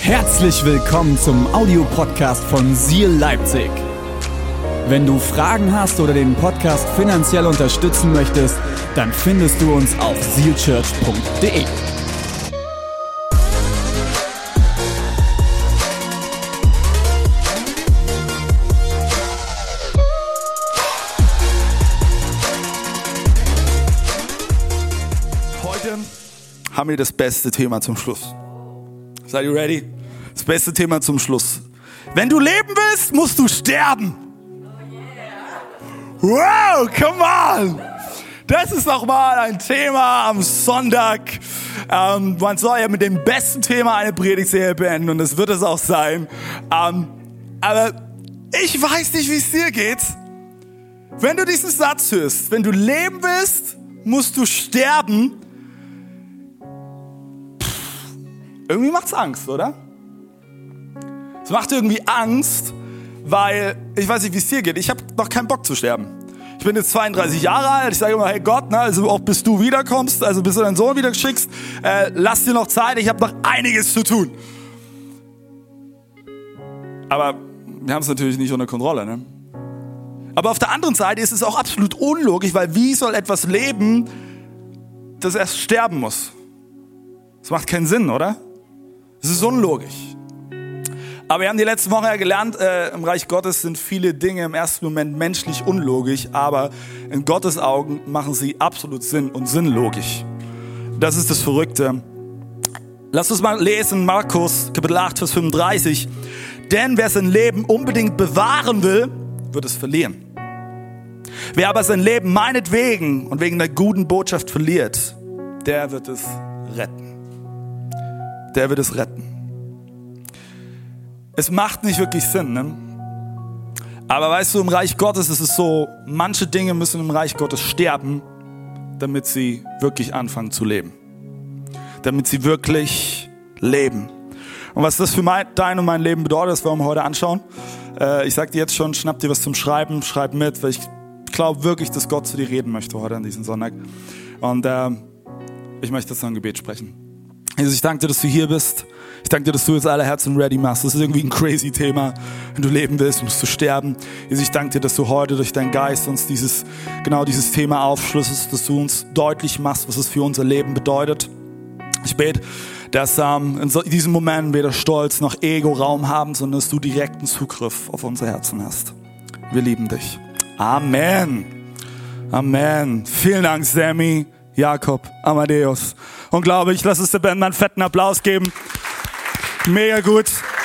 Herzlich willkommen zum Audiopodcast von Seal Leipzig. Wenn du Fragen hast oder den Podcast finanziell unterstützen möchtest, dann findest du uns auf sealchurch.de. Heute haben wir das beste Thema zum Schluss. Seid ihr ready? Das beste Thema zum Schluss. Wenn du leben willst, musst du sterben. Wow, come on! Das ist doch mal ein Thema am Sonntag. Man soll ja mit dem besten Thema eine Predigtserie beenden und das wird es auch sein. Aber ich weiß nicht, wie es dir geht. Wenn du diesen Satz hörst, wenn du leben willst, musst du sterben. Irgendwie macht's Angst, oder? Es macht irgendwie Angst, weil ich weiß nicht, wie es dir geht. Ich habe noch keinen Bock zu sterben. Ich bin jetzt 32 Jahre alt. Ich sage immer, hey Gott, also auch bis du wiederkommst, also bis du deinen Sohn wieder schickst, lass dir noch Zeit. Ich habe noch einiges zu tun. Aber wir haben es natürlich nicht unter Kontrolle, ne? Aber auf der anderen Seite ist es auch absolut unlogisch, weil wie soll etwas leben, das erst sterben muss? Das macht keinen Sinn, oder? Das ist unlogisch. Aber wir haben die letzten Wochen ja gelernt, im Reich Gottes sind viele Dinge im ersten Moment menschlich unlogisch, aber in Gottes Augen machen sie absolut Sinn und sind logisch. Das ist das Verrückte. Lass uns mal lesen, Markus, Kapitel 8, Vers 35. Denn wer sein Leben unbedingt bewahren will, wird es verlieren. Wer aber sein Leben meinetwegen und wegen der guten Botschaft verliert, der wird es retten. Der wird es retten. Es macht nicht wirklich Sinn, ne? Aber weißt du, im Reich Gottes ist es so, manche Dinge müssen im Reich Gottes sterben, damit sie wirklich anfangen zu leben. Damit sie wirklich leben. Und was das für dein und mein Leben bedeutet, das wollen wir heute anschauen. Ich sag dir jetzt schon, schnapp dir was zum Schreiben, schreib mit, weil ich glaube wirklich, dass Gott zu dir reden möchte heute an diesem Sonntag. Und ich möchte jetzt noch ein Gebet sprechen. Jesus, ich danke dir, dass du hier bist. Ich danke dir, dass du jetzt alle Herzen ready machst. Das ist irgendwie ein crazy Thema. Wenn du leben willst, musst du sterben. Jesus, ich danke dir, dass du heute durch deinen Geist uns dieses Thema aufschlüsselst, dass du uns deutlich machst, was es für unser Leben bedeutet. Ich bete, dass in diesem Moment weder Stolz noch Ego Raum haben, sondern dass du direkten Zugriff auf unser Herzen hast. Wir lieben dich. Amen. Amen. Vielen Dank, Sammy, Jakob, Amadeus. Unglaublich, lass uns der Band mal einen fetten Applaus geben. Mega gut.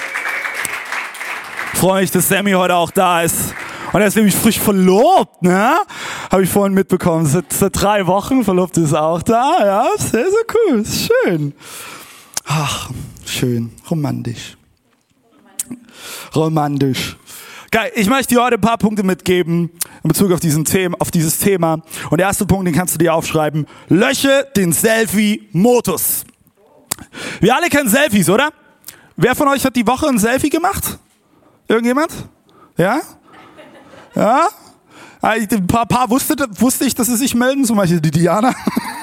Freue mich, dass Sammy heute auch da ist. Und er ist nämlich frisch verlobt, ne? Habe ich vorhin mitbekommen. Seit 3 Wochen, verlobt ist auch da. Ja, sehr, sehr cool. Ist schön. Ach, schön. Romantisch. Romantisch. Geil, ich möchte dir heute ein paar Punkte mitgeben in Bezug auf dieses Thema. Und der erste Punkt, den kannst du dir aufschreiben. Lösche den Selfie-Modus. Wir alle kennen Selfies, oder? Wer von euch hat die Woche ein Selfie gemacht? Irgendjemand? Ja? Ja? Ein paar wusste ich, dass sie sich melden, zum Beispiel die Diana.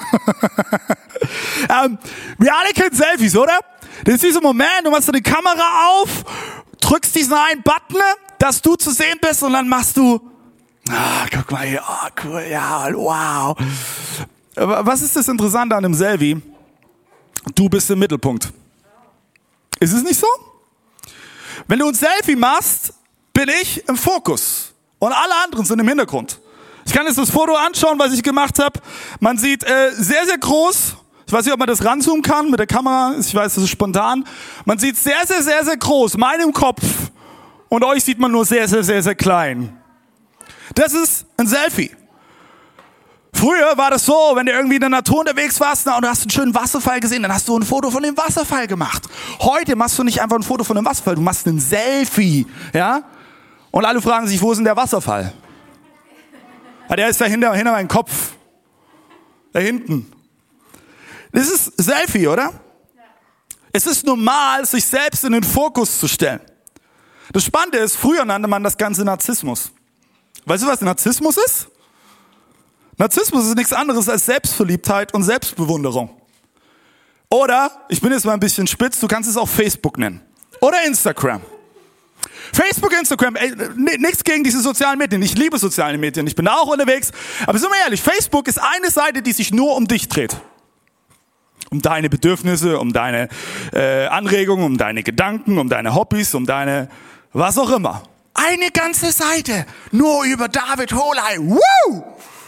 Wir alle kennen Selfies, oder? Das ist dieser Moment, du machst die Kamera auf, drückst diesen einen Button, dass du zu sehen bist und dann machst du, guck mal hier, oh cool, ja, wow. Was ist das Interessante an einem Selfie? Du bist im Mittelpunkt. Ist es nicht so? Wenn du ein Selfie machst, bin ich im Fokus und alle anderen sind im Hintergrund. Ich kann jetzt das Foto anschauen, was ich gemacht habe. Man sieht sehr, sehr groß. Ich weiß nicht, ob man das ranzoomen kann mit der Kamera. Ich weiß, das ist spontan. Man sieht sehr, sehr, sehr, sehr groß. Meinen Kopf. Und euch sieht man nur sehr, sehr, sehr, sehr klein. Das ist ein Selfie. Früher war das so, wenn du irgendwie in der Natur unterwegs warst und du hast einen schönen Wasserfall gesehen, dann hast du ein Foto von dem Wasserfall gemacht. Heute machst du nicht einfach ein Foto von dem Wasserfall, du machst ein Selfie. Ja? Und alle fragen sich, wo ist denn der Wasserfall? Ja, der ist da hinter meinem Kopf. Da hinten. Das ist Selfie, oder? Ja. Es ist normal, sich selbst in den Fokus zu stellen. Das Spannende ist, früher nannte man das Ganze Narzissmus. Weißt du, was Narzissmus ist? Narzissmus ist nichts anderes als Selbstverliebtheit und Selbstbewunderung. Oder, ich bin jetzt mal ein bisschen spitz, du kannst es auch Facebook nennen. Oder Instagram. Facebook, Instagram, nichts gegen diese sozialen Medien. Ich liebe soziale Medien, ich bin da auch unterwegs. Aber sind wir ehrlich, Facebook ist eine Seite, die sich nur um dich dreht. Um deine Bedürfnisse, um deine Anregungen, um deine Gedanken, um deine Hobbys, um deine was auch immer. Eine ganze Seite nur über David Holey. Woo!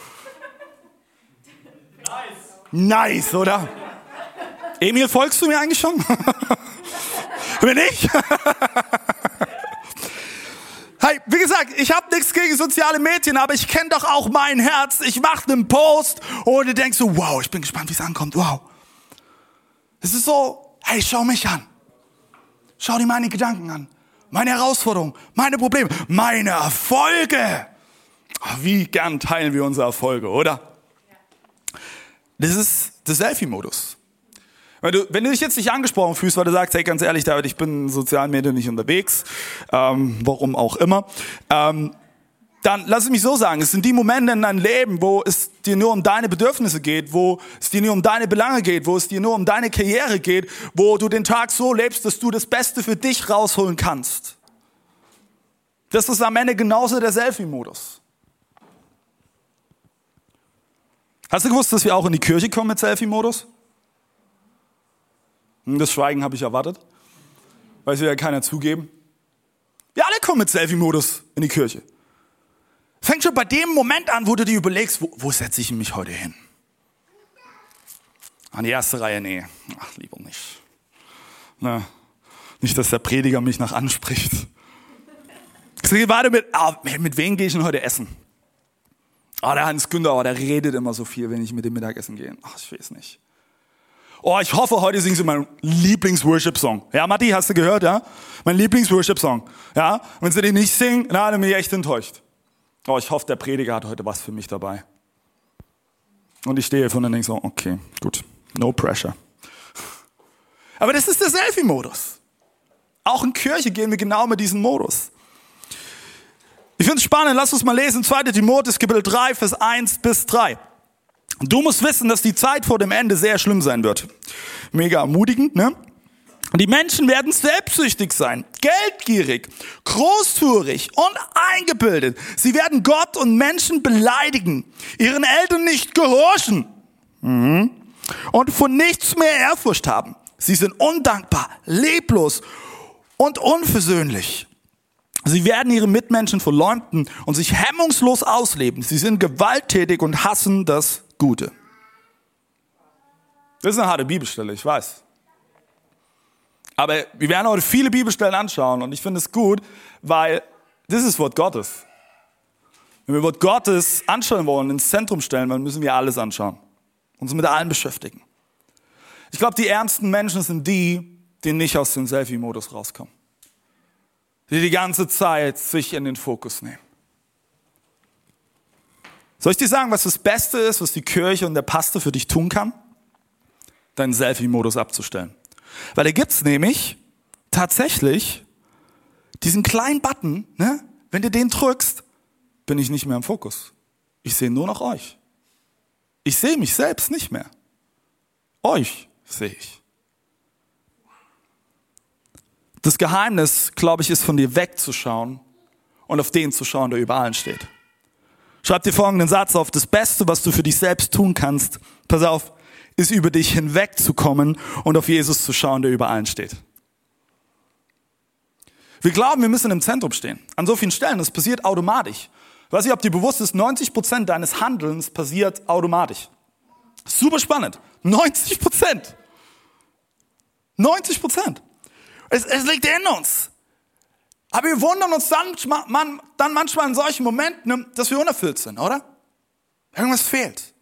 Nice, oder? Emil, folgst du mir eigentlich schon? Wenn nicht? Hey, wie gesagt, ich habe nichts gegen soziale Medien, aber ich kenne doch auch mein Herz. Ich mache einen Post und du denkst so, wow, ich bin gespannt, wie es ankommt. Wow. Es ist so, hey, schau mich an. Schau dir meine Gedanken an. Meine Herausforderungen, meine Probleme, meine Erfolge. Wie gern teilen wir unsere Erfolge, oder? Das ist der Selfie-Modus. Wenn du dich jetzt nicht angesprochen fühlst, weil du sagst, hey, ganz ehrlich, David, ich bin in sozialen Medien nicht unterwegs, warum auch immer, dann lass es mich so sagen, es sind die Momente in deinem Leben, wo es dir nur um deine Bedürfnisse geht, wo es dir nur um deine Belange geht, wo es dir nur um deine Karriere geht, wo du den Tag so lebst, dass du das Beste für dich rausholen kannst. Das ist am Ende genauso der Selfie-Modus. Hast du gewusst, dass wir auch in die Kirche kommen mit Selfie-Modus? Das Schweigen habe ich erwartet, weil es will ja keiner zugeben. Wir alle kommen mit Selfie-Modus in die Kirche. Fängt schon bei dem Moment an, wo du dir überlegst, wo setze ich mich heute hin? An die erste Reihe? Nee, ach, lieber nicht. Na, nicht, dass der Prediger mich noch anspricht. Ich warte mit wem gehe ich denn heute essen? Der Hans Günther, der redet immer so viel, wenn ich mit dem Mittagessen gehe. Ach, ich weiß nicht. Ich hoffe, heute singen sie meinen Lieblings-Worship-Song. Ja, Matti, hast du gehört, ja? Mein Lieblings-Worship-Song. Ja? Wenn sie den nicht singen, dann bin ich echt enttäuscht. Ich hoffe, der Prediger hat heute was für mich dabei. Und ich stehe von und denke so, okay, gut, no pressure. Aber das ist der Selfie-Modus. Auch in Kirche gehen wir genau mit diesem Modus. Ich finde es spannend, lass uns mal lesen, 2. Timotheus, Kapitel 3, Vers 1 bis 3. Du musst wissen, dass die Zeit vor dem Ende sehr schlimm sein wird. Mega ermutigend, ne? Die Menschen werden selbstsüchtig sein, geldgierig, großtuerig und eingebildet. Sie werden Gott und Menschen beleidigen, ihren Eltern nicht gehorchen und von nichts mehr Ehrfurcht haben. Sie sind undankbar, leblos und unversöhnlich. Sie werden ihre Mitmenschen verleumden und sich hemmungslos ausleben. Sie sind gewalttätig und hassen das Gute. Das ist eine harte Bibelstelle, ich weiß. Aber wir werden heute viele Bibelstellen anschauen und ich finde es gut, weil das ist Wort Gottes. Wenn wir Wort Gottes anschauen wollen, ins Zentrum stellen, dann müssen wir alles anschauen. Uns mit allem beschäftigen. Ich glaube, die ärmsten Menschen sind die nicht aus dem Selfie-Modus rauskommen. Die ganze Zeit sich in den Fokus nehmen. Soll ich dir sagen, was das Beste ist, was die Kirche und der Pastor für dich tun kann? Deinen Selfie-Modus abzustellen. Weil da gibt's nämlich tatsächlich diesen kleinen Button, ne? Wenn du den drückst, bin ich nicht mehr im Fokus. Ich sehe nur noch euch. Ich sehe mich selbst nicht mehr. Euch sehe ich. Das Geheimnis, glaube ich, ist von dir wegzuschauen und auf den zu schauen, der über allen steht. Schreib dir folgenden Satz auf. Das Beste, was du für dich selbst tun kannst, pass auf, ist über dich hinwegzukommen und auf Jesus zu schauen, der über allen steht. Wir glauben, wir müssen im Zentrum stehen. An so vielen Stellen, das passiert automatisch. Ich weiß nicht, ob dir bewusst ist, 90% deines Handelns passiert automatisch. Super spannend. 90%. 90%. Es liegt in uns. Aber wir wundern uns dann manchmal in solchen Momenten, dass wir unerfüllt sind, oder? Irgendwas fehlt.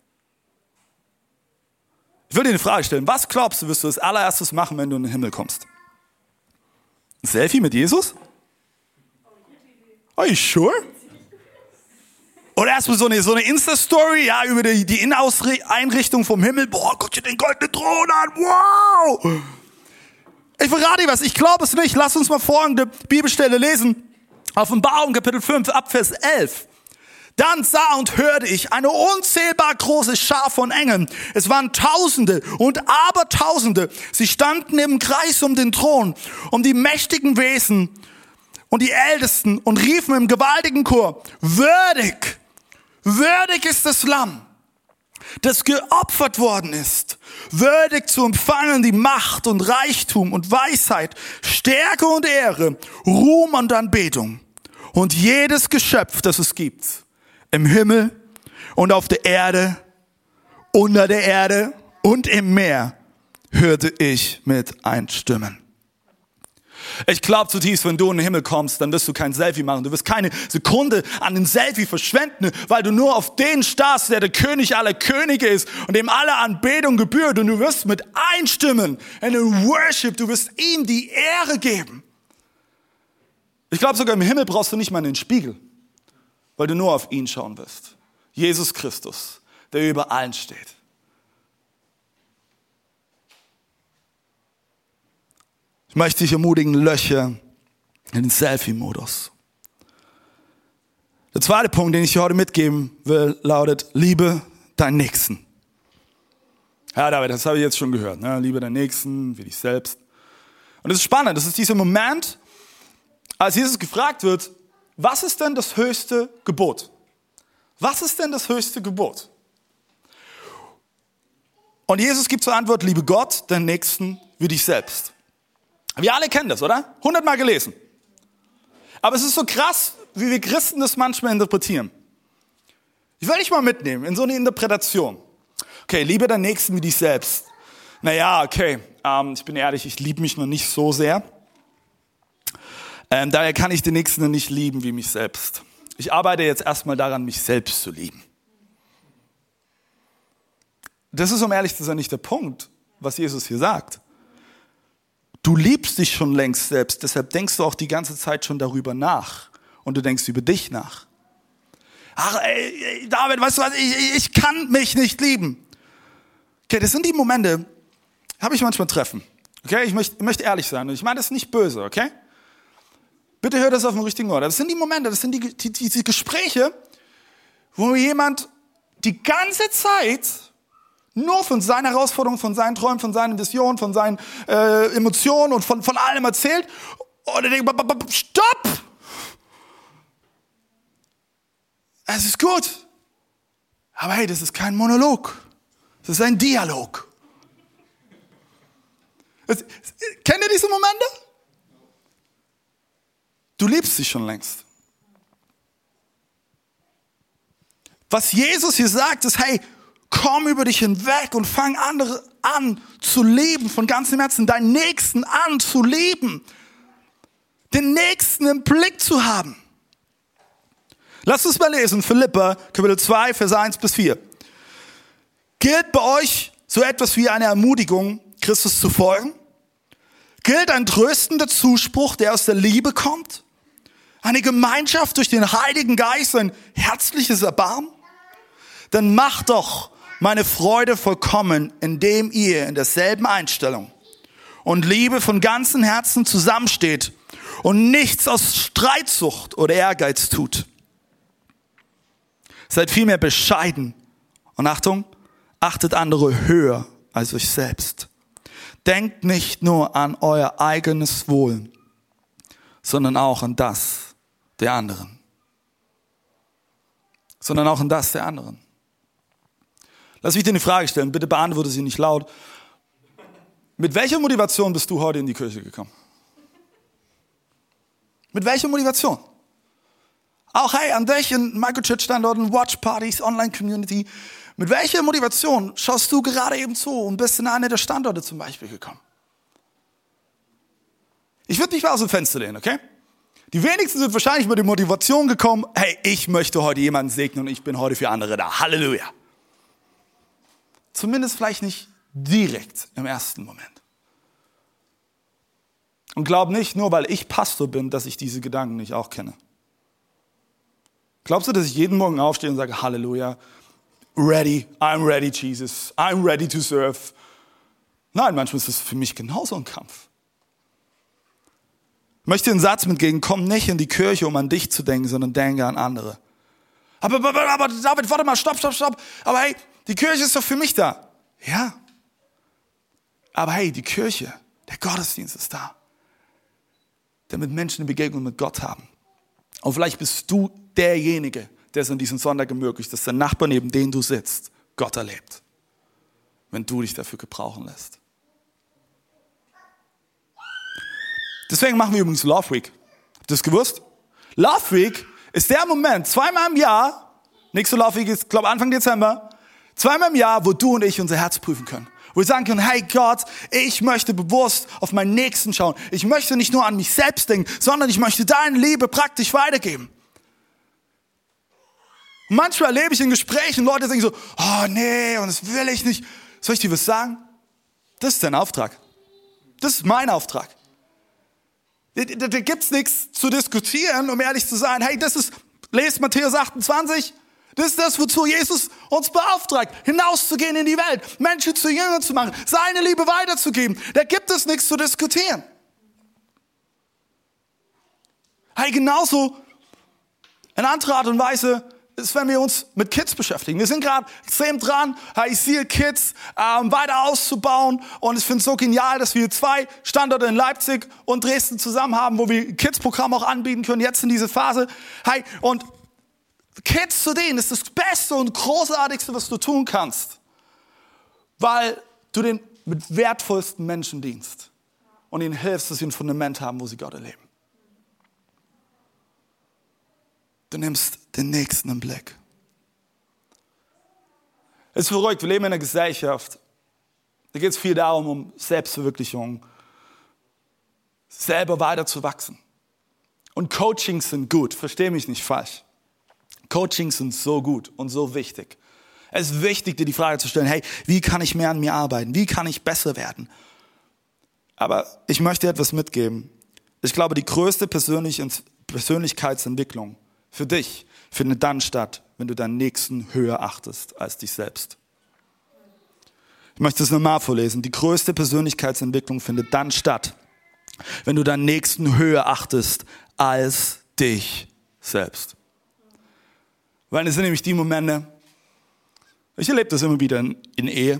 Ich will dir eine Frage stellen. Was glaubst du, wirst du als allererstes machen, wenn du in den Himmel kommst? Ein Selfie mit Jesus? Are you sure? Oder erstmal so eine Insta-Story, ja, über die Inneneinrichtung vom Himmel. Boah, guck dir den goldenen Thron an. Wow! Ich verrate dir was, ich glaube es nicht. Lass uns mal folgende Bibelstelle lesen. Offenbarung, Kapitel 5, Abvers 11. Dann sah und hörte ich eine unzählbar große Schar von Engeln. Es waren Tausende und Abertausende. Sie standen im Kreis um den Thron, um die mächtigen Wesen und die Ältesten und riefen im gewaltigen Chor: Würdig, würdig ist das Lamm, das geopfert worden ist, würdig zu empfangen die Macht und Reichtum und Weisheit, Stärke und Ehre, Ruhm und Anbetung. Und jedes Geschöpf, das es gibt, im Himmel und auf der Erde, unter der Erde und im Meer, hörte ich mit einstimmen. Ich glaube zutiefst, wenn du in den Himmel kommst, dann wirst du kein Selfie machen. Du wirst keine Sekunde an den Selfie verschwenden, weil du nur auf den starrst, der König aller Könige ist und dem alle Anbetung gebührt. Und du wirst mit einstimmen in den Worship. Du wirst ihm die Ehre geben. Ich glaube, sogar im Himmel brauchst du nicht mal einen Spiegel, weil du nur auf ihn schauen wirst. Jesus Christus, der über allen steht. Ich möchte dich ermutigen, lösche in den Selfie-Modus. Der zweite Punkt, den ich dir heute mitgeben will, lautet: Liebe deinen Nächsten. Ja, David, das habe ich jetzt schon gehört. Ne? Liebe deinen Nächsten wie dich selbst. Und das ist spannend. Das ist dieser Moment, als Jesus gefragt wird: Was ist denn das höchste Gebot? Was ist denn das höchste Gebot? Und Jesus gibt zur Antwort: Liebe Gott, deinen Nächsten wie dich selbst. Wir alle kennen das, oder? 100-mal gelesen. Aber es ist so krass, wie wir Christen das manchmal interpretieren. Ich will dich mal mitnehmen in so eine Interpretation. Okay, liebe deinen Nächsten wie dich selbst. Naja, okay, ich bin ehrlich, ich liebe mich noch nicht so sehr. Daher kann ich den Nächsten noch nicht lieben wie mich selbst. Ich arbeite jetzt erstmal daran, mich selbst zu lieben. Das ist, um ehrlich zu sein, nicht der Punkt, was Jesus hier sagt. Du liebst dich schon längst selbst, deshalb denkst du auch die ganze Zeit schon darüber nach. Und du denkst über dich nach. Ach, ey, David, weißt du was, ich kann mich nicht lieben. Okay, das sind die Momente, habe ich manchmal Treffen. Okay, ich möchte ehrlich sein und ich meine das ist nicht böse, okay? Bitte hör das auf dem richtigen Ort. Das sind die Momente, das sind diese Gespräche, wo jemand die ganze Zeit nur von seinen Herausforderungen, von seinen Träumen, von seinen Visionen, von seinen Emotionen und von allem erzählt. Und er denkt: Stopp! Es ist gut. Aber hey, das ist kein Monolog. Das ist ein Dialog. Kennt ihr diese Momente? Du liebst dich schon längst. Was Jesus hier sagt, ist: Hey, komm über dich hinweg und fang andere an zu lieben, von ganzem Herzen, deinen Nächsten an zu lieben. Den Nächsten im Blick zu haben. Lasst uns mal lesen, Philipper, Kapitel 2, Vers 1-4. Gilt bei euch so etwas wie eine Ermutigung, Christus zu folgen? Gilt ein tröstender Zuspruch, der aus der Liebe kommt? Eine Gemeinschaft durch den Heiligen Geist, ein herzliches Erbarmen? Dann macht doch meine Freude vollkommen, indem ihr in derselben Einstellung und Liebe von ganzem Herzen zusammensteht und nichts aus Streitsucht oder Ehrgeiz tut. Seid vielmehr bescheiden und Achtung, achtet andere höher als euch selbst. Denkt nicht nur an euer eigenes Wohl, sondern auch an das der anderen. Lass mich dir eine Frage stellen, bitte beantworte sie nicht laut. Mit welcher Motivation bist du heute in die Kirche gekommen? Mit welcher Motivation? Auch hey, an welchen Microchurch-Standorten, Watchpartys, Online-Community, mit welcher Motivation schaust du gerade eben zu und bist in einen der Standorte zum Beispiel gekommen? Ich würde nicht mal aus dem Fenster lehnen, okay? Die wenigsten sind wahrscheinlich mit der Motivation gekommen: Hey, ich möchte heute jemanden segnen und ich bin heute für andere da. Halleluja. Zumindest vielleicht nicht direkt im ersten Moment. Und glaub nicht, nur weil ich Pastor bin, dass ich diese Gedanken nicht auch kenne. Glaubst du, dass ich jeden Morgen aufstehe und sage: Halleluja, ready, I'm ready, Jesus, I'm ready to serve? Nein, manchmal ist es für mich genauso ein Kampf. Ich möchte den Satz mitgeben: Komm nicht in die Kirche, um an dich zu denken, sondern denke an andere. Aber David, warte mal, stopp. Aber hey, die Kirche ist doch für mich da. Ja. Aber hey, die Kirche, der Gottesdienst ist da. Damit Menschen eine Begegnung mit Gott haben. Und vielleicht bist du derjenige, der es an diesem Sonntag ermöglicht, dass der Nachbar, neben dem du sitzt, Gott erlebt. Wenn du dich dafür gebrauchen lässt. Deswegen machen wir übrigens Love Week. Habt ihr das gewusst? Love Week ist der Moment, 2-mal im Jahr, nächste Love Week ist, glaube ich, Anfang Dezember, 2-mal im Jahr, wo du und ich unser Herz prüfen können. Wo wir sagen können, hey Gott, ich möchte bewusst auf meinen Nächsten schauen. Ich möchte nicht nur an mich selbst denken, sondern ich möchte deine Liebe praktisch weitergeben. Und manchmal erlebe ich in Gesprächen, Leute sagen so, oh nee, und das will ich nicht. Soll ich dir was sagen? Das ist dein Auftrag. Das ist mein Auftrag. Da gibt's nichts zu diskutieren, um ehrlich zu sein. Hey, lest Matthäus 28. Das ist das, wozu Jesus uns beauftragt, hinauszugehen in die Welt, Menschen zu Jüngern zu machen, seine Liebe weiterzugeben. Da gibt es nichts zu diskutieren. Hey, genauso in anderer Art und Weise ist, wenn wir uns mit Kids beschäftigen. Wir sind gerade extrem dran, hey, Seal Kids weiter auszubauen. Und ich finde es so genial, dass wir 2 Standorte in Leipzig und Dresden zusammen haben, wo wir Kids-Programme auch anbieten können, jetzt in dieser Phase. Hey, und Kids zu denen ist das Beste und Großartigste, was du tun kannst. Weil du den mit wertvollsten Menschen dienst. Und ihnen hilfst, dass sie ein Fundament haben, wo sie Gott erleben. Du nimmst den Nächsten im Blick. Es ist verrückt, wir leben in einer Gesellschaft. Da geht es viel darum, um Selbstverwirklichung, selber weiter zu wachsen. Und Coachings sind gut, versteh mich nicht falsch. Coachings sind so gut und so wichtig. Es ist wichtig, dir die Frage zu stellen, hey, wie kann ich mehr an mir arbeiten? Wie kann ich besser werden? Aber ich möchte dir etwas mitgeben. Ich glaube, die größte Persönlichkeitsentwicklung für dich findet dann statt, wenn du deinen Nächsten höher achtest als dich selbst. Ich möchte es nochmal vorlesen. Die größte Persönlichkeitsentwicklung findet dann statt, wenn du deinen Nächsten höher achtest als dich selbst. Weil es sind nämlich die Momente, ich erlebe das immer wieder in Ehe,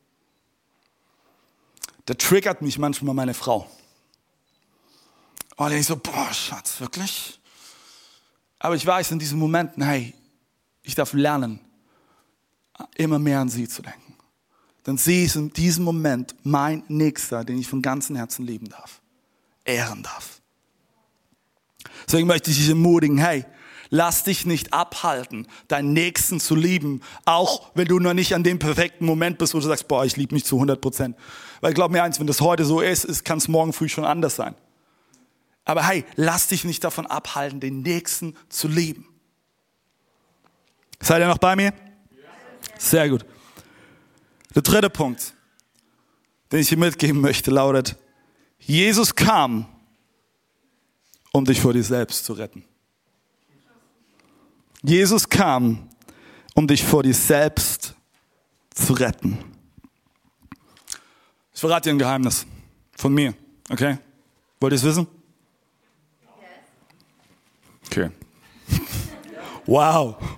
da triggert mich manchmal meine Frau. Und dann denke ich so, boah, Schatz, wirklich? Aber ich weiß in diesen Momenten, hey, ich darf lernen, immer mehr an sie zu denken. Denn sie ist in diesem Moment mein Nächster, den ich von ganzem Herzen lieben darf, ehren darf. Deswegen möchte ich dich ermutigen, hey, lass dich nicht abhalten, deinen Nächsten zu lieben, auch wenn du noch nicht an dem perfekten Moment bist, wo du sagst, boah, ich liebe mich zu 100%. Weil glaub mir eins, wenn das heute so ist, kann es morgen früh schon anders sein. Aber hey, lass dich nicht davon abhalten, den Nächsten zu lieben. Seid ihr noch bei mir? Sehr gut. Der 3. Punkt, den ich dir mitgeben möchte, lautet, Jesus kam, um dich vor dir selbst zu retten. Jesus kam, um dich vor dir selbst zu retten. Ich verrate dir ein Geheimnis von mir, okay? Wollt ihr es wissen? Okay. Wow.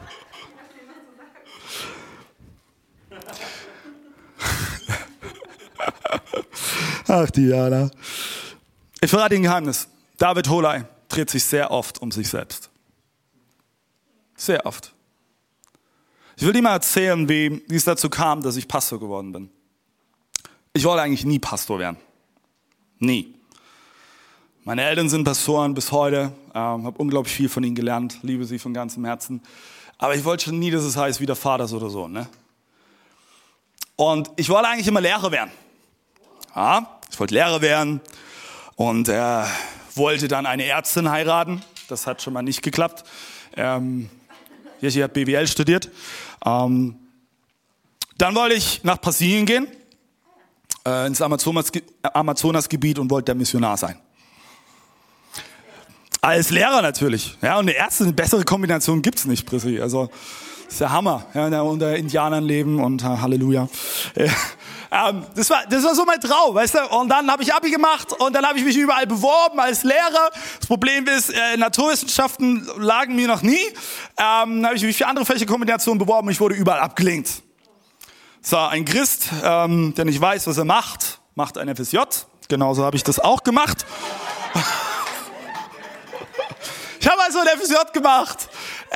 Ach, Diana. Ich verrate dir ein Geheimnis. David Holey dreht sich sehr oft um sich selbst. Sehr oft. Ich will dir mal erzählen, wie es dazu kam, dass ich Pastor geworden bin. Ich wollte eigentlich nie Pastor werden. Nie. Meine Eltern sind Pastoren bis heute. Habe unglaublich viel von ihnen gelernt. Liebe sie von ganzem Herzen. Aber ich wollte schon nie, dass es heißt, wie der Vater oder so. Ne? Und ich wollte eigentlich immer Lehrer werden. Ja, ich wollte Lehrer werden und wollte dann eine Ärztin heiraten. Das hat schon mal nicht geklappt. Jessie hat BWL studiert. Dann wollte ich nach Brasilien gehen, ins Amazonasgebiet und wollte der Missionar sein. Als Lehrer natürlich. Ja, und eine Ärztin, eine bessere Kombination gibt's nicht, Prissi. Also, das ist der Hammer. Ja, unter Indianern leben und Halleluja. Das war so mein Traum, weißt du? Und dann habe ich Abi gemacht und dann habe ich mich überall beworben als Lehrer. Das Problem ist, Naturwissenschaften lagen mir noch nie. Dann habe ich mich für andere Fächerkombinationen beworben und ich wurde überall abgelehnt. So, ein Christ, der nicht weiß, was er macht ein FSJ. Genauso habe ich das auch gemacht. Ich habe also ein FSJ gemacht.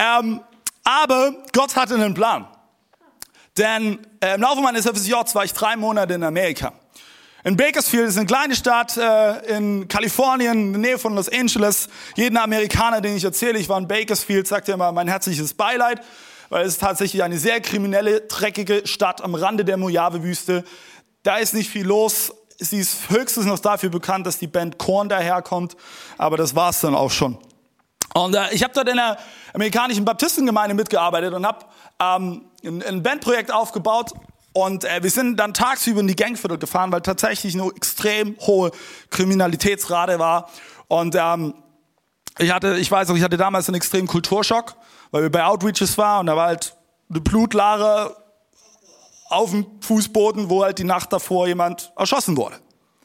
Aber Gott hatte einen Plan. Denn im Laufe meines FSJs war ich 3 Monate in Amerika. In Bakersfield, das ist eine kleine Stadt in Kalifornien, in der Nähe von Los Angeles. Jeden Amerikaner, den ich erzähle, ich war in Bakersfield, sagt ja immer mein herzliches Beileid, weil es ist tatsächlich eine sehr kriminelle, dreckige Stadt am Rande der Mojave-Wüste. Da ist nicht viel los. Sie ist höchstens noch dafür bekannt, dass die Band Korn daherkommt, aber das war's dann auch schon. Und ich habe dort in der amerikanischen Baptistengemeinde mitgearbeitet und habe ein Bandprojekt aufgebaut. Und wir sind dann tagsüber in die Gangviertel gefahren, weil tatsächlich eine extrem hohe Kriminalitätsrate war. Und ich hatte damals einen extremen Kulturschock, weil wir bei Outreaches waren und da war halt eine Blutlache auf dem Fußboden, wo halt die Nacht davor jemand erschossen wurde.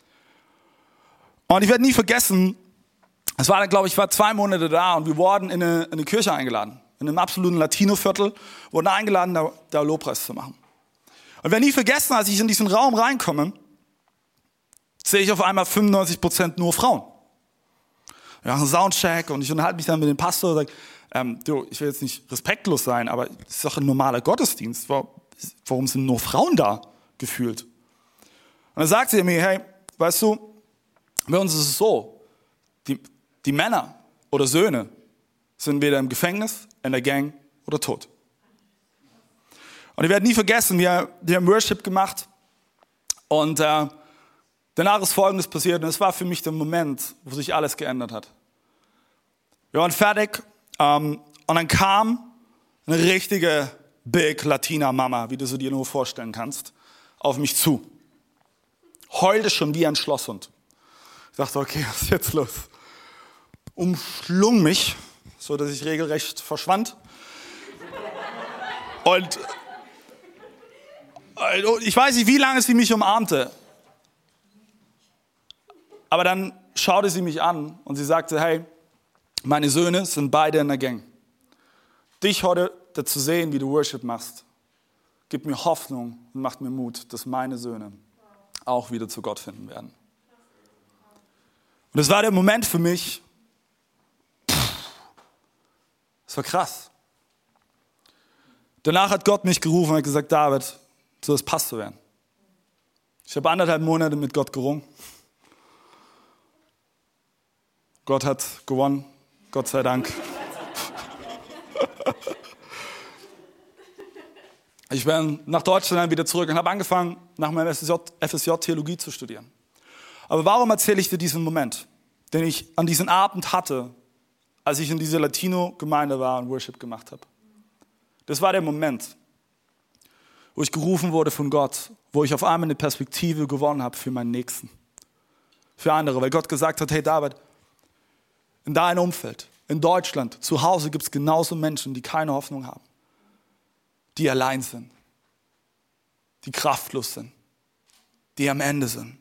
Und ich werde nie vergessen, es war dann, glaube ich, 2 Monate da und wir wurden in eine Kirche eingeladen. In einem absoluten Latino-Viertel wurden eingeladen, da Lobpreis zu machen. Und ich werde nie vergessen, als ich in diesen Raum reinkomme, sehe ich auf einmal 95% nur Frauen. Wir machen einen Soundcheck und ich unterhalte mich dann mit dem Pastor und sage, du, ich will jetzt nicht respektlos sein, aber es ist doch ein normaler Gottesdienst. Warum sind nur Frauen da gefühlt? Und dann sagt er mir, hey, weißt du, bei uns ist es so, die Männer oder Söhne sind weder im Gefängnis, in der Gang oder tot. Und ich werde nie vergessen, wir haben Worship gemacht und danach ist Folgendes passiert und es war für mich der Moment, wo sich alles geändert hat. Wir waren fertig und dann kam eine richtige Big Latina Mama, wie du sie dir nur vorstellen kannst, auf mich zu. Heulte schon wie ein Schlosshund. Ich dachte, okay, was ist jetzt los? Umschlung mich, so dass ich regelrecht verschwand. Und ich weiß nicht, wie lange sie mich umarmte. Aber dann schaute sie mich an und sie sagte, hey, meine Söhne sind beide in der Gang. Dich heute zu sehen, wie du Worship machst, gibt mir Hoffnung und macht mir Mut, dass meine Söhne auch wieder zu Gott finden werden. Und das war der Moment für mich, das war krass. Danach hat Gott mich gerufen und hat gesagt, David, du sollst Pastor werden. Ich habe 1,5 Monate mit Gott gerungen. Gott hat gewonnen, Gott sei Dank. Ich bin nach Deutschland dann wieder zurück und habe angefangen, nach meinem FSJ Theologie zu studieren. Aber warum erzähle ich dir diesen Moment, den ich an diesem Abend hatte, als ich in dieser Latino-Gemeinde war und Worship gemacht habe? Das war der Moment, wo ich gerufen wurde von Gott, wo ich auf einmal eine Perspektive gewonnen habe für meinen Nächsten, für andere, weil Gott gesagt hat, hey David, in deinem Umfeld, in Deutschland, zu Hause gibt es genauso Menschen, die keine Hoffnung haben, die allein sind, die kraftlos sind, die am Ende sind.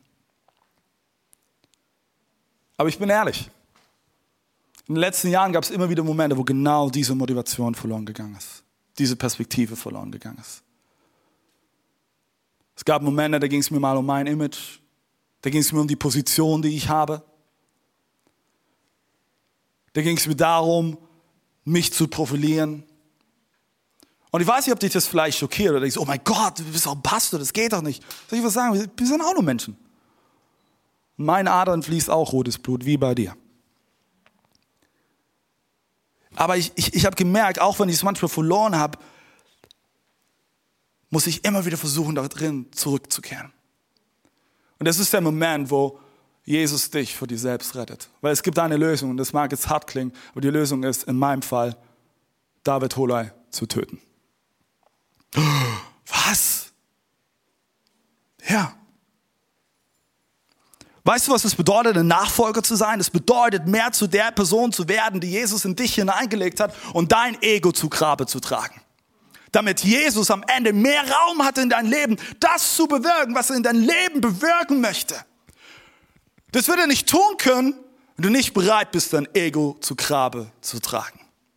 Aber ich bin ehrlich, in den letzten Jahren gab es immer wieder Momente, wo genau diese Motivation verloren gegangen ist, diese Perspektive verloren gegangen ist. Es gab Momente, da ging es mir mal um mein Image, da ging es mir um die Position, die ich habe. Da ging es mir darum, mich zu profilieren. Und ich weiß nicht, ob dich das vielleicht schockiert oder denkst, oh mein Gott, du bist auch ein Pastor, das geht doch nicht. Soll ich was sagen? Wir sind auch nur Menschen. In meinen Adern fließt auch rotes Blut, wie bei dir. Aber ich habe gemerkt, auch wenn ich es manchmal verloren habe, muss ich immer wieder versuchen, da drin zurückzukehren. Und das ist der Moment, wo Jesus dich vor dir selbst rettet. Weil es gibt eine Lösung, und das mag jetzt hart klingen, aber die Lösung ist in meinem Fall, David Holey zu töten. Was? Ja. Weißt du, was es bedeutet, ein Nachfolger zu sein? Es bedeutet, mehr zu der Person zu werden, die Jesus in dich hineingelegt hat und dein Ego zu Grabe zu tragen. damit Jesus am Ende mehr Raum hat in dein Leben, das zu bewirken, was er in dein Leben bewirken möchte. Das wird er nicht tun können, wenn du nicht bereit bist, dein Ego zu Grabe zu tragen.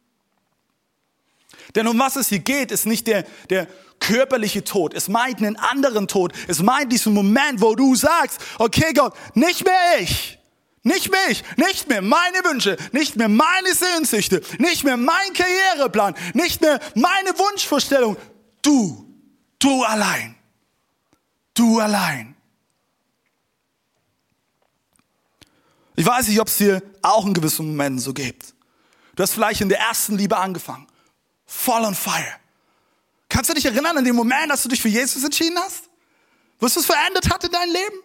Denn um was es hier geht, ist nicht der körperliche Tod. Es meint einen anderen Tod. Es meint diesen Moment, wo du sagst, okay Gott, nicht mehr ich. Nicht mich, nicht mehr meine Wünsche, nicht mehr meine Sehnsüchte, nicht mehr mein Karriereplan, nicht mehr meine Wunschvorstellung. Du allein. Du allein. Ich weiß nicht, ob es dir auch in gewissen Momenten so gibt. Du hast vielleicht in der ersten Liebe angefangen. Voll on fire. Kannst du dich erinnern an den Moment, als du dich für Jesus entschieden hast? Was es verändert hat in deinem Leben?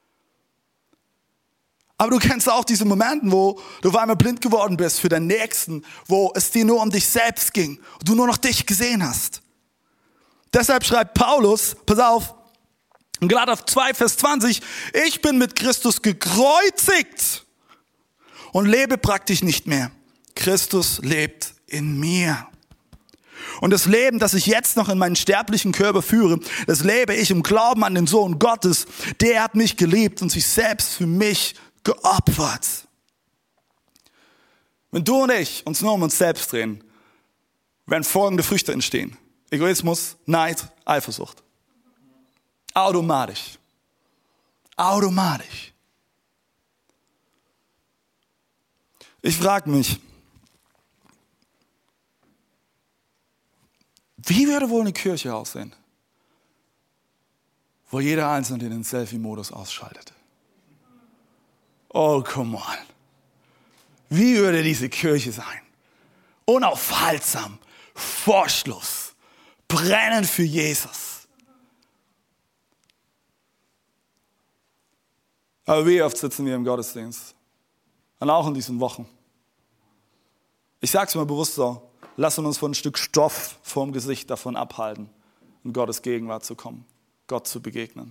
Aber du kennst auch diese Momente, wo du auf einmal blind geworden bist für deinen Nächsten, wo es dir nur um dich selbst ging und du nur noch dich gesehen hast. Deshalb schreibt Paulus, pass auf, in Galater 2, Vers 20, ich bin mit Christus gekreuzigt und lebe praktisch nicht mehr. Christus lebt in mir. Und das Leben, das ich jetzt noch in meinen sterblichen Körper führe, das lebe ich im Glauben an den Sohn Gottes. Der hat mich geliebt und sich selbst für mich geopfert. Wenn du und ich uns nur um uns selbst drehen, werden folgende Früchte entstehen. Egoismus, Neid, Eifersucht. Automatisch. Automatisch. Ich frage mich, wie würde wohl eine Kirche aussehen, wo jeder Einzelne den Selfie-Modus ausschaltet? Oh, come on. Wie würde diese Kirche sein? Unaufhaltsam, Vorschluss, brennend für Jesus. Aber wie oft sitzen wir im Gottesdienst? Und auch in diesen Wochen. Ich sage es mal bewusst so, lassen uns von ein Stück Stoff vorm Gesicht davon abhalten, in Gottes Gegenwart zu kommen, Gott zu begegnen.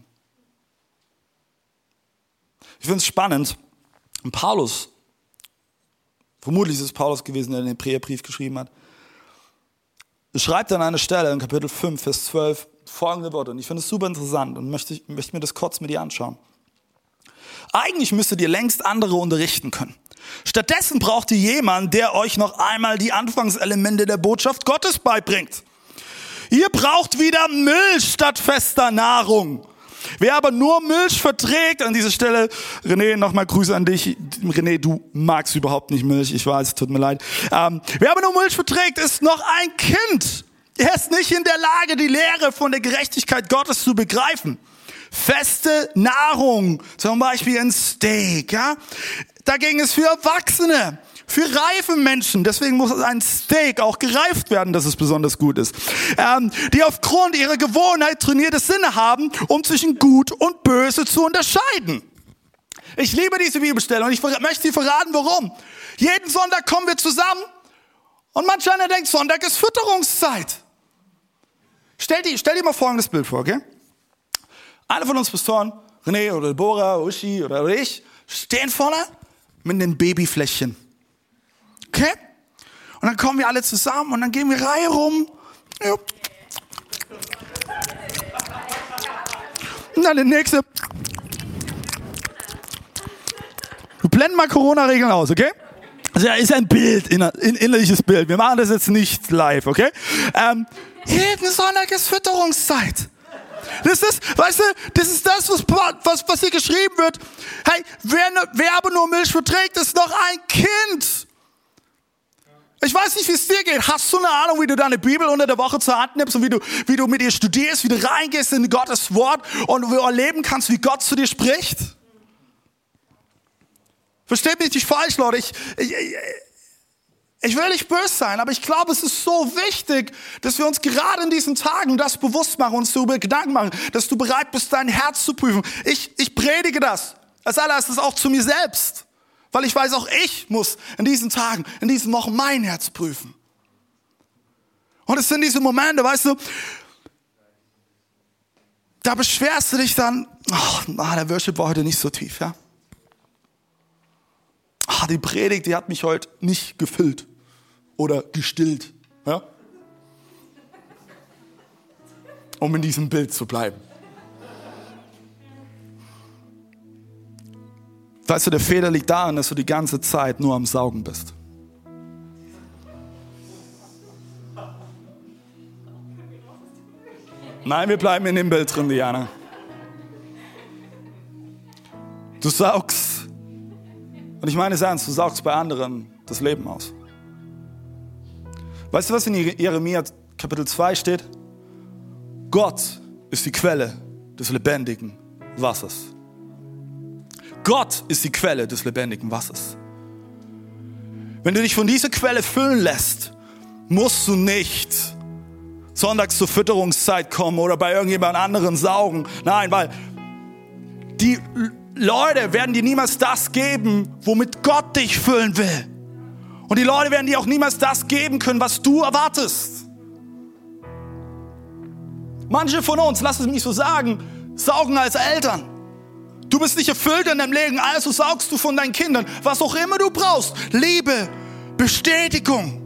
Ich finde es spannend, und Paulus, vermutlich ist es Paulus gewesen, der den Hebräerbrief geschrieben hat, schreibt an einer Stelle in Kapitel 5, Vers 12 folgende Worte. Und ich finde es super interessant und möchte mir das kurz mit dir anschauen. Eigentlich müsstet ihr längst andere unterrichten können. Stattdessen braucht ihr jemanden, der euch noch einmal die Anfangselemente der Botschaft Gottes beibringt. Ihr braucht wieder Milch statt fester Nahrung. Wer aber nur Milch verträgt, an dieser Stelle, René, nochmal Grüße an dich. René, du magst überhaupt nicht Milch, ich weiß, tut mir leid. Wer aber nur Milch verträgt, ist noch ein Kind. Er ist nicht in der Lage, die Lehre von der Gerechtigkeit Gottes zu begreifen. Feste Nahrung, zum Beispiel ein Steak, ja? Dagegen ist für Erwachsene, für reife Menschen, deswegen muss ein Steak auch gereift werden, dass es besonders gut ist, die aufgrund ihrer Gewohnheit trainierte Sinne haben, um zwischen Gut und Böse zu unterscheiden. Ich liebe diese Bibelstelle und ich möchte dir verraten, warum. Jeden Sonntag kommen wir zusammen und manch einer denkt, Sonntag ist Fütterungszeit. Stell dir mal folgendes Bild vor, okay? Einer von uns Pastoren, René oder Deborah, Uschi oder ich, stehen vorne mit einem Babyfläschchen. Okay? Und dann kommen wir alle zusammen und dann gehen wir Reihe rum. Ja. Und dann der nächste. Wir blenden mal Corona-Regeln aus, okay? Also ist ein Bild, ein innerliches Bild. Wir machen das jetzt nicht live, okay? Jeden Sonntag ist Fütterungszeit. Das ist, weißt du, das ist das, was hier geschrieben wird. Hey, wer aber nur Milch verträgt, ist noch ein Kind. Ich weiß nicht, wie es dir geht. Hast du eine Ahnung, wie du deine Bibel unter der Woche zur Hand nimmst und wie du mit ihr studierst, wie du reingehst in Gottes Wort und du erleben kannst, wie Gott zu dir spricht? Versteht mich nicht falsch, Leute. Ich will nicht böse sein, aber ich glaube, es ist so wichtig, dass wir uns gerade in diesen Tagen das bewusst machen, uns darüber Gedanken machen, dass du bereit bist, dein Herz zu prüfen. Ich predige das. Als allererstes auch zu mir selbst. Weil ich weiß, auch ich muss in diesen Tagen, in diesen Wochen mein Herz prüfen. Und es sind diese Momente, weißt du, da beschwerst du dich dann, der Worship war heute nicht so tief, ja. Die Predigt, die hat mich heute nicht gefüllt oder gestillt. Ja? um in diesem Bild zu bleiben. Weißt du, der Fehler liegt darin, dass du die ganze Zeit nur am Saugen bist. Nein, wir bleiben in dem Bild drin, Diana. Du saugst, und ich meine es ernst, du saugst bei anderen das Leben aus. Weißt du, was in Jeremia Kapitel 2 steht? Gott ist die Quelle des lebendigen Wassers. Gott ist die Quelle des lebendigen Wassers. Wenn du dich von dieser Quelle füllen lässt, musst du nicht sonntags zur Fütterungszeit kommen oder bei irgendjemand anderen saugen. Nein, weil die Leute werden dir niemals das geben, womit Gott dich füllen will. Und die Leute werden dir auch niemals das geben können, was du erwartest. Manche von uns, lass es mich so sagen, saugen als Eltern. Du bist nicht erfüllt in deinem Leben, also saugst du von deinen Kindern, was auch immer du brauchst. Liebe, Bestätigung.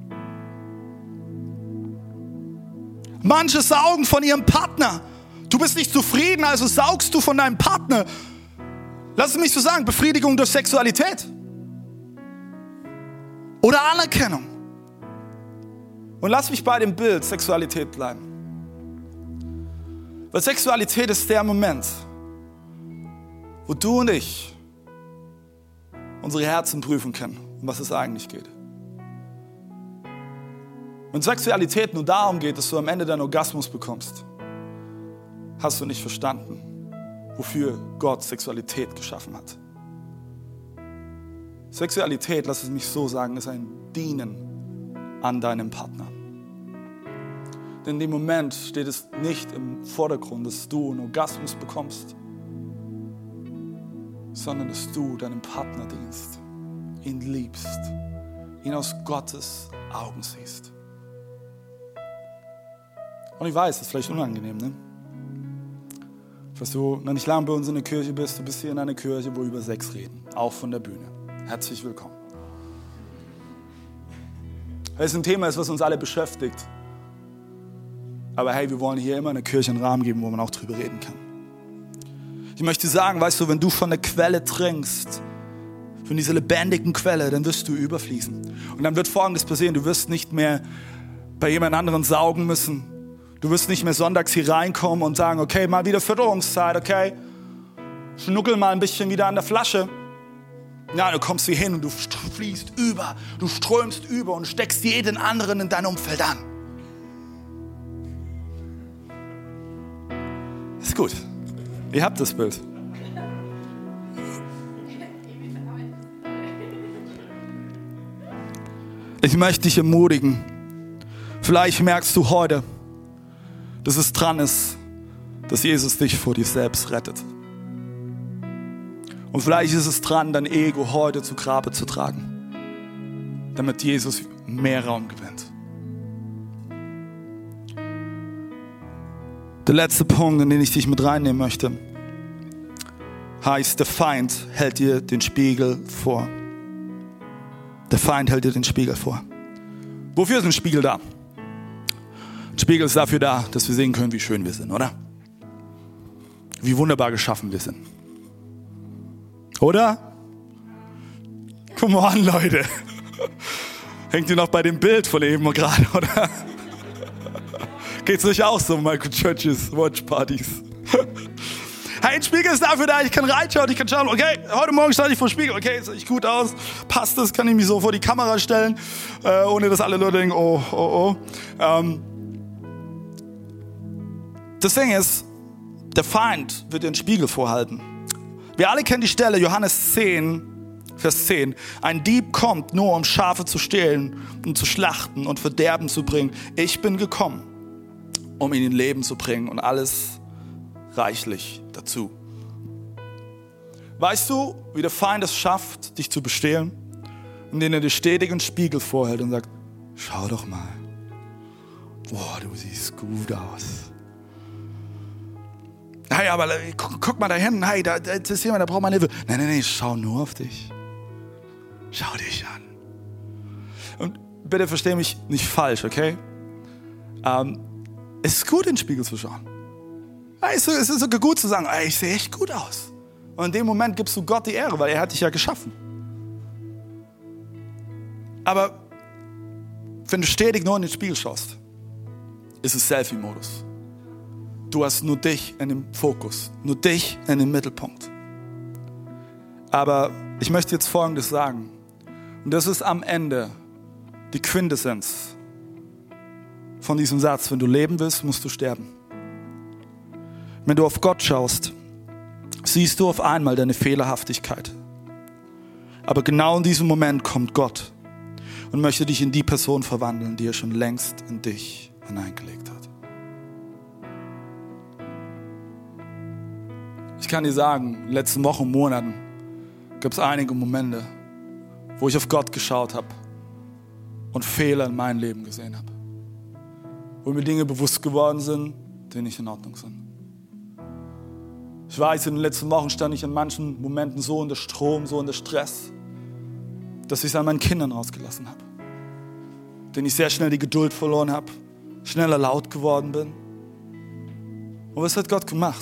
Manche saugen von ihrem Partner. Du bist nicht zufrieden, also saugst du von deinem Partner. Lass es mich so sagen, Befriedigung durch Sexualität. Oder Anerkennung. Und lass mich bei dem Bild Sexualität bleiben. Weil Sexualität ist der Moment, wo du und ich unsere Herzen prüfen können, um was es eigentlich geht. Wenn Sexualität nur darum geht, dass du am Ende deinen Orgasmus bekommst, hast du nicht verstanden, wofür Gott Sexualität geschaffen hat. Sexualität, lass es mich so sagen, ist ein Dienen an deinem Partner. Denn in dem Moment steht es nicht im Vordergrund, dass du einen Orgasmus bekommst, sondern dass du deinem Partner dienst, ihn liebst, ihn aus Gottes Augen siehst. Und ich weiß, das ist vielleicht unangenehm, ne? Falls du noch nicht lange bei uns in der Kirche bist, du bist hier in einer Kirche, wo wir über Sex reden, auch von der Bühne. Herzlich willkommen. Weil es ein Thema ist, was uns alle beschäftigt. Aber hey, wir wollen hier immer eine Kirche einen Rahmen geben, wo man auch drüber reden kann. Ich möchte sagen, weißt du, wenn du von der Quelle trinkst, von dieser lebendigen Quelle, dann wirst du überfließen. Und dann wird Folgendes passieren, du wirst nicht mehr bei jemand anderen saugen müssen. Du wirst nicht mehr sonntags hier reinkommen und sagen, okay, mal wieder Fütterungszeit, okay, schnuckel mal ein bisschen wieder an der Flasche. Ja, du kommst hier hin und du fließt über, du strömst über und steckst jeden anderen in dein Umfeld an. Ist gut. Ihr habt das Bild. Ich möchte dich ermutigen. Vielleicht merkst du heute, dass es dran ist, dass Jesus dich vor dir selbst rettet. Und vielleicht ist es dran, dein Ego heute zu Grabe zu tragen, damit Jesus mehr Raum gewinnt. Der letzte Punkt, in den ich dich mit reinnehmen möchte, heißt, der Feind hält dir den Spiegel vor. Der Feind hält dir den Spiegel vor. Wofür ist ein Spiegel da? Ein Spiegel ist dafür da, dass wir sehen können, wie schön wir sind, oder? Wie wunderbar geschaffen wir sind. Oder? Come on, Leute. Hängt ihr noch bei dem Bild von eben gerade, oder? Geht's euch auch so, Michael Churches Watchpartys? Hey, ein Spiegel ist dafür da, ich kann reinschauen, ich kann schauen, okay, heute Morgen stand ich vor dem Spiegel, okay, sehe ich gut aus, passt das, kann ich mich so vor die Kamera stellen, ohne dass alle Leute denken, oh. Das Ding ist, der Feind wird dir einen Spiegel vorhalten. Wir alle kennen die Stelle, Johannes 10, Vers 10. Ein Dieb kommt nur, um Schafe zu stehlen und zu schlachten und Verderben zu bringen. Ich bin gekommen, um ihnen Leben zu bringen und alles reichlich dazu. Weißt du, wie der Feind es schafft, dich zu bestehlen? Indem er dir stetig einen Spiegel vorhält und sagt, schau doch mal. Boah, du siehst gut aus. Hey, aber guck mal da hinten, hey, da ist jemand, der braucht mal Hilfe. Nein, schau nur auf dich. Schau dich an. Und bitte versteh mich nicht falsch, okay? Es ist gut, in den Spiegel zu schauen. Es ist sogar gut zu sagen, ich sehe echt gut aus. Und in dem Moment gibst du Gott die Ehre, weil er hat dich ja geschaffen. Aber wenn du stetig nur in den Spiegel schaust, ist es Selfie-Modus. Du hast nur dich in dem Fokus, nur dich in den Mittelpunkt. Aber ich möchte jetzt Folgendes sagen. Und das ist am Ende die Quintessenz von diesem Satz. Wenn du leben willst, musst du sterben. Wenn du auf Gott schaust, siehst du auf einmal deine Fehlerhaftigkeit. Aber genau in diesem Moment kommt Gott und möchte dich in die Person verwandeln, die er schon längst in dich hineingelegt hat. Ich kann dir sagen, in den letzten Wochen und Monaten gab es einige Momente, wo ich auf Gott geschaut habe und Fehler in meinem Leben gesehen habe. Wo mir Dinge bewusst geworden sind, die nicht in Ordnung sind. Ich weiß, in den letzten Wochen stand ich in manchen Momenten so unter Strom, so unter Stress, dass ich es an meinen Kindern rausgelassen habe. Denen ich sehr schnell die Geduld verloren habe, schneller laut geworden bin. Und was hat Gott gemacht?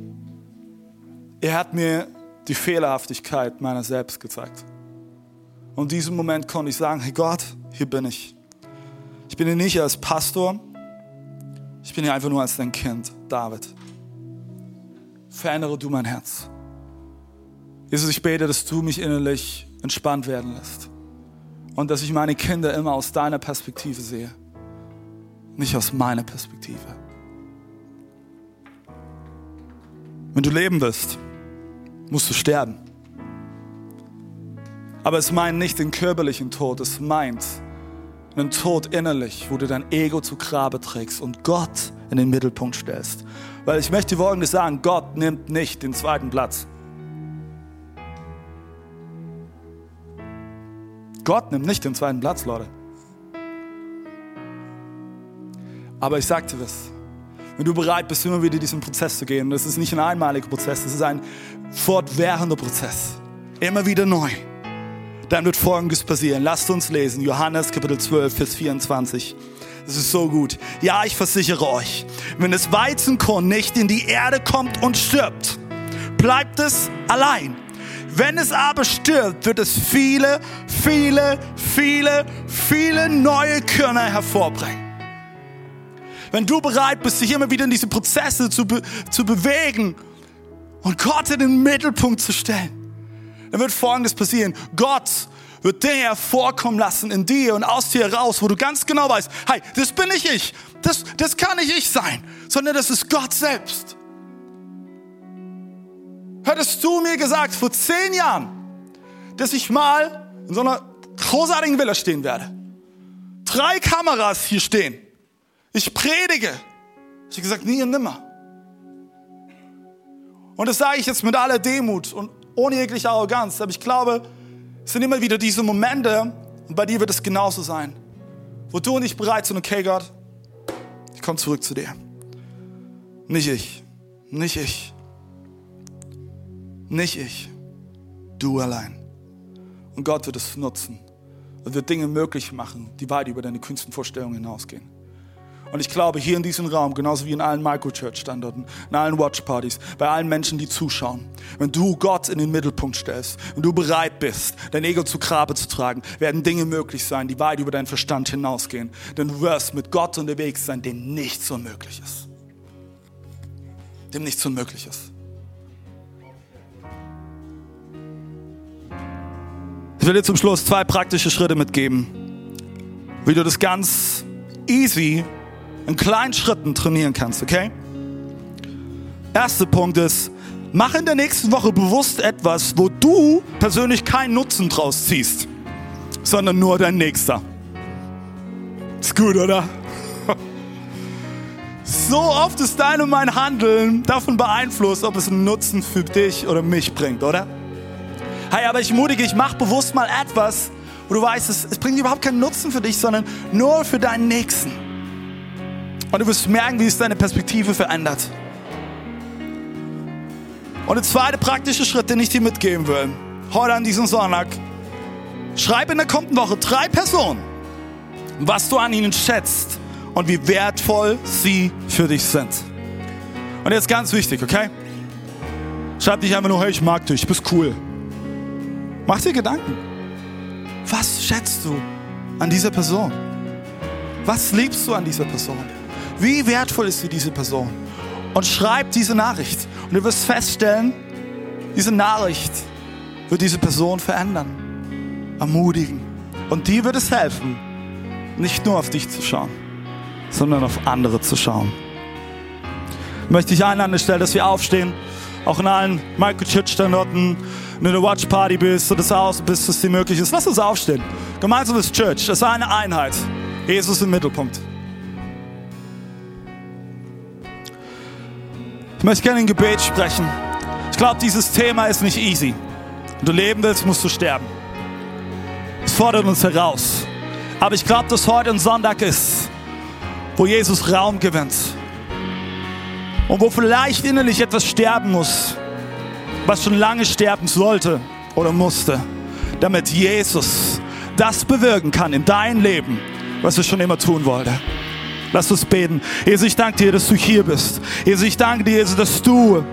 Er hat mir die Fehlerhaftigkeit meiner selbst gezeigt. Und in diesem Moment konnte ich sagen, hey Gott, hier bin ich. Ich bin hier nicht als Pastor, ich bin hier einfach nur als dein Kind, David. Verändere du mein Herz. Jesus, ich bete, dass du mich innerlich entspannt werden lässt. Und dass ich meine Kinder immer aus deiner Perspektive sehe. Nicht aus meiner Perspektive. Wenn du leben willst, musst du sterben. Aber es meint nicht den körperlichen Tod, es meint einen Tod innerlich, wo du dein Ego zu Grabe trägst und Gott in den Mittelpunkt stellst. Weil ich möchte Folgendes sagen, Gott nimmt nicht den zweiten Platz. Gott nimmt nicht den zweiten Platz, Leute. Aber ich sag dir was, wenn du bereit bist, immer wieder diesen Prozess zu gehen, das ist nicht ein einmaliger Prozess, das ist ein fortwährender Prozess, immer wieder neu, dann wird Folgendes passieren. Lasst uns lesen, Johannes Kapitel 12, Vers 24. Das ist so gut. Ja, ich versichere euch, wenn das Weizenkorn nicht in die Erde kommt und stirbt, bleibt es allein. Wenn es aber stirbt, wird es viele, viele, viele, viele neue Körner hervorbringen. Wenn du bereit bist, dich immer wieder in diese Prozesse zu bewegen und Gott in den Mittelpunkt zu stellen, dann wird Folgendes passieren. Gott wird Dinge hervorkommen lassen in dir und aus dir heraus, wo du ganz genau weißt, hey, das bin nicht ich, das kann nicht ich sein, sondern das ist Gott selbst. Hättest du mir gesagt, vor 10 Jahren, dass ich mal in so einer großartigen Villa stehen werde, 3 Kameras hier stehen, ich predige, ich habe gesagt, nie und nimmer. Und das sage ich jetzt mit aller Demut und ohne jegliche Arroganz, aber ich glaube, es sind immer wieder diese Momente, und bei dir wird es genauso sein, wo du und ich bereit sind, okay Gott, ich komme zurück zu dir. Nicht ich, nicht ich, nicht ich, du allein. Und Gott wird es nutzen und wird Dinge möglich machen, die weit über deine kühnsten Vorstellungen hinausgehen. Und ich glaube, hier in diesem Raum, genauso wie in allen Microchurch-Standorten, in allen Watchpartys, bei allen Menschen, die zuschauen, wenn du Gott in den Mittelpunkt stellst und du bereit bist, dein Ego zu Grabe zu tragen, werden Dinge möglich sein, die weit über deinen Verstand hinausgehen. Denn du wirst mit Gott unterwegs sein, dem nichts unmöglich ist. Dem nichts unmöglich ist. Ich will dir zum Schluss 2 praktische Schritte mitgeben, wie du das ganz easy in kleinen Schritten trainieren kannst, okay? Erster Punkt ist, mach in der nächsten Woche bewusst etwas, wo du persönlich keinen Nutzen draus ziehst, sondern nur dein Nächster. Ist gut, oder? So oft ist dein und mein Handeln davon beeinflusst, ob es einen Nutzen für dich oder mich bringt, oder? Hey, aber ich ermutige dich, mach bewusst mal etwas, wo du weißt, es bringt überhaupt keinen Nutzen für dich, sondern nur für deinen Nächsten. Und du wirst merken, wie es deine Perspektive verändert. Und der zweite praktische Schritt, den ich dir mitgeben will, heute an diesem Sonntag, schreib in der kommenden Woche 3 Personen, was du an ihnen schätzt und wie wertvoll sie für dich sind. Und jetzt ganz wichtig, okay? Schreib nicht einfach nur, hey, ich mag dich, du bist cool. Mach dir Gedanken. Was schätzt du an dieser Person? Was liebst du an dieser Person? Wie wertvoll ist dir diese Person? Und schreib diese Nachricht. Und du wirst feststellen, diese Nachricht wird diese Person verändern, ermutigen. Und dir wird es helfen, nicht nur auf dich zu schauen, sondern auf andere zu schauen. Ich möchte dich einladen an der Stelle, dass wir aufstehen, auch in allen Microchurch-Standorten, wenn du in der Watch Party bist oder zu Hause bist, dass es dir möglich ist. Lass uns aufstehen. Gemeinsam ist Church, das ist eine Einheit. Jesus im Mittelpunkt. Ich möchte gerne ein Gebet sprechen. Ich glaube, dieses Thema ist nicht easy. Wenn du leben willst, musst du sterben. Es fordert uns heraus. Aber ich glaube, dass heute ein Sonntag ist, wo Jesus Raum gewinnt. Und wo vielleicht innerlich etwas sterben muss, was schon lange sterben sollte oder musste, damit Jesus das bewirken kann in dein Leben, was er schon immer tun wollte. Lass uns beten. Jesus, ich danke dir, dass du hier bist. Jesus, ich danke dir, Jesus, dass du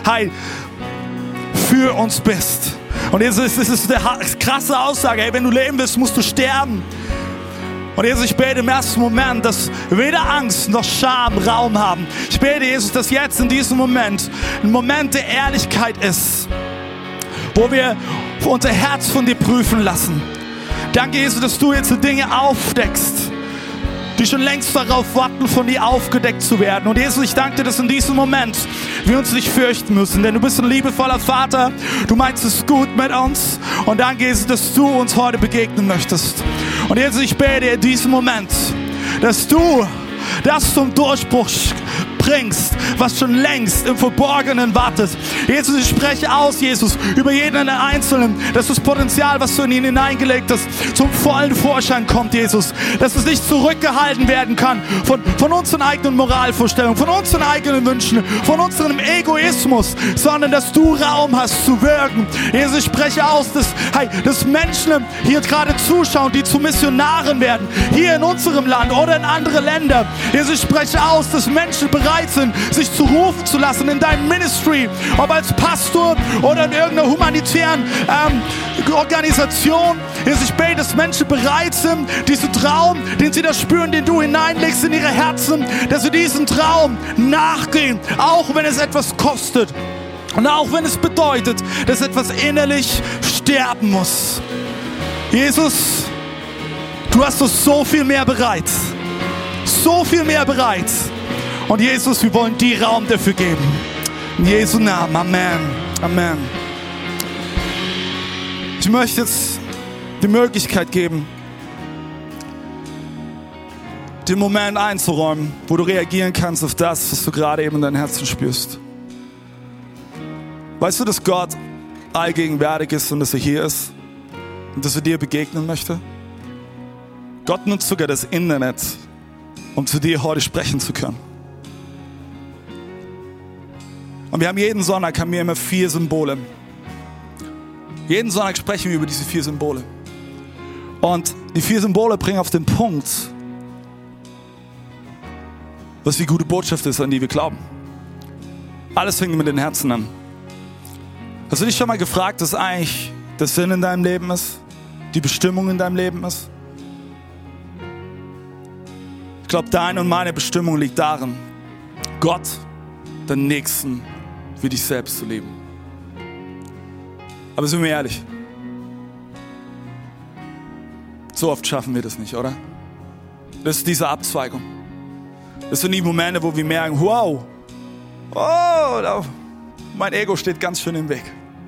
für uns bist. Und Jesus, das ist eine krasse Aussage. Hey, wenn du leben willst, musst du sterben. Und Jesus, ich bete im ersten Moment, dass weder Angst noch Scham Raum haben. Ich bete, Jesus, dass jetzt in diesem Moment ein Moment der Ehrlichkeit ist, wo wir unser Herz von dir prüfen lassen. Danke, Jesus, dass du jetzt die Dinge aufdeckst, die schon längst darauf warten, von dir aufgedeckt zu werden. Und Jesus, ich danke dir, dass in diesem Moment wir uns nicht fürchten müssen, denn du bist ein liebevoller Vater, du meinst es gut mit uns. Und danke, Jesus, dass du uns heute begegnen möchtest. Und Jesus, ich bete in diesem Moment, dass du das zum Durchbruch bringst, was schon längst im Verborgenen wartet. Jesus, ich spreche aus, Jesus, über jeden Einzelnen, dass das Potenzial, was du in ihn hineingelegt hast, zum vollen Vorschein kommt, Jesus. Dass es nicht zurückgehalten werden kann von unseren eigenen Moralvorstellungen, von unseren eigenen Wünschen, von unserem Egoismus, sondern dass du Raum hast zu wirken. Jesus, ich spreche aus, dass Menschen hier gerade zuschauen, die zu Missionaren werden, hier in unserem Land oder in andere Länder. Jesus, ich spreche aus, dass Menschen bereit sind, sich zu rufen zu lassen in dein Ministry, ob als Pastor oder in irgendeiner humanitären Organisation. Jesus, ich bete, dass Menschen bereit sind, diesen Traum, den sie da spüren, den du hineinlegst in ihre Herzen, dass sie diesen Traum nachgehen, auch wenn es etwas kostet und auch wenn es bedeutet, dass etwas innerlich sterben muss. Jesus, du hast uns so viel mehr bereit. So viel mehr bereit. Und Jesus, wir wollen dir Raum dafür geben. In Jesu Namen. Amen. Amen. Ich möchte jetzt die Möglichkeit geben, den Moment einzuräumen, wo du reagieren kannst auf das, was du gerade eben in deinem Herzen spürst. Weißt du, dass Gott allgegenwärtig ist und dass er hier ist und dass er dir begegnen möchte? Gott nutzt sogar das Internet, um zu dir heute sprechen zu können. Und wir haben jeden Sonntag immer 4 Symbole. Jeden Sonntag sprechen wir über diese 4 Symbole. Und die 4 Symbole bringen auf den Punkt, was die gute Botschaft ist, an die wir glauben. Alles fängt mit den Herzen an. Hast du dich schon mal gefragt, was eigentlich der Sinn in deinem Leben ist? Die Bestimmung in deinem Leben ist? Ich glaube, deine und meine Bestimmung liegt darin, Gott, den Nächsten, wie dich selbst zu lieben. Aber sind wir ehrlich, so oft schaffen wir das nicht, oder? Das ist diese Abzweigung. Das sind die Momente, wo wir merken, wow, mein Ego steht ganz schön im Weg.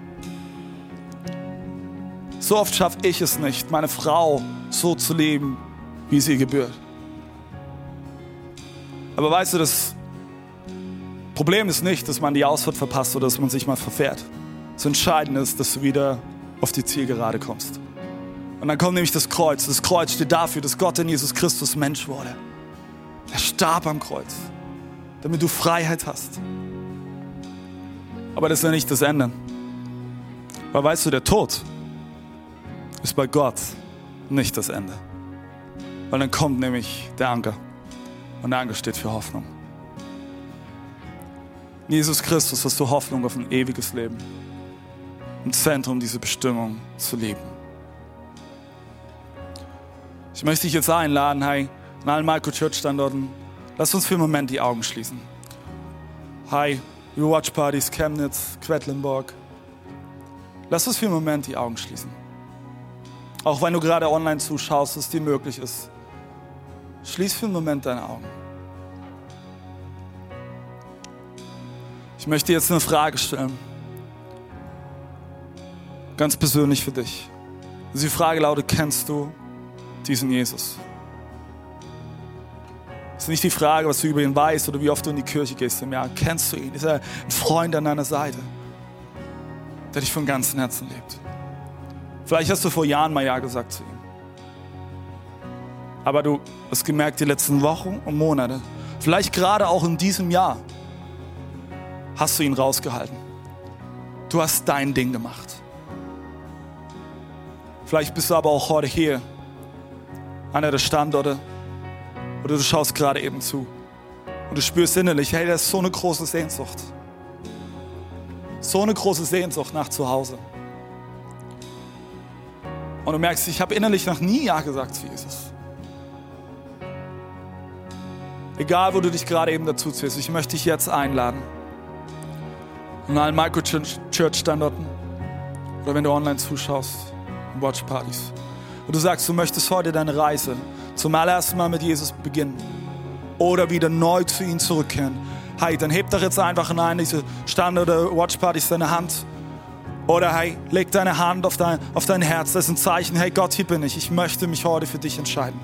So oft schaffe ich es nicht, meine Frau so zu lieben, wie es ihr gebührt. Aber weißt du, das Problem ist nicht, dass man die Ausfahrt verpasst oder dass man sich mal verfährt. Das Entscheidende ist, dass du wieder auf die Zielgerade kommst. Und dann kommt nämlich das Kreuz. Das Kreuz steht dafür, dass Gott in Jesus Christus Mensch wurde. Er starb am Kreuz, damit du Freiheit hast. Aber das ist ja nicht das Ende. Weil weißt du, der Tod ist bei Gott nicht das Ende. Weil dann kommt nämlich der Anker. Und Danke steht für Hoffnung. In Jesus Christus hast du Hoffnung auf ein ewiges Leben. Im Zentrum diese Bestimmung zu leben. Ich möchte dich jetzt einladen, hey, an allen Microchurch-Standorten, lass uns für einen Moment die Augen schließen. Hi, über Watchpartys, Chemnitz, Quedlinburg. Lass uns für einen Moment die Augen schließen. Auch wenn du gerade online zuschaust, was dir möglich ist. Schließ für einen Moment deine Augen. Ich möchte jetzt eine Frage stellen. Ganz persönlich für dich. Die Frage lautet, kennst du diesen Jesus? Es ist nicht die Frage, was du über ihn weißt oder wie oft du in die Kirche gehst im Jahr. Kennst du ihn? Ist er ein Freund an deiner Seite, der dich von ganzem Herzen liebt? Vielleicht hast du vor Jahren mal Ja gesagt zu ihm. Aber du hast gemerkt, die letzten Wochen und Monate, vielleicht gerade auch in diesem Jahr, hast du ihn rausgehalten. Du hast dein Ding gemacht. Vielleicht bist du aber auch heute hier, einer der Standorte, oder du schaust gerade eben zu und du spürst innerlich, hey, das ist so eine große Sehnsucht. So eine große Sehnsucht nach zu Hause. Und du merkst, ich habe innerlich noch nie Ja gesagt zu Jesus. Egal, wo du dich gerade eben dazu zählst, ich möchte dich jetzt einladen. An allen Microchurch-Standorten oder wenn du online zuschaust, in Watchpartys. Und du sagst, du möchtest heute deine Reise zum allerersten Mal mit Jesus beginnen oder wieder neu zu ihm zurückkehren. Hey, dann heb doch jetzt einfach in eine diese Stand- oder Watchpartys deine Hand. Oder hey, leg deine Hand auf dein Herz. Das ist ein Zeichen, hey Gott, hier bin ich. Ich möchte mich heute für dich entscheiden.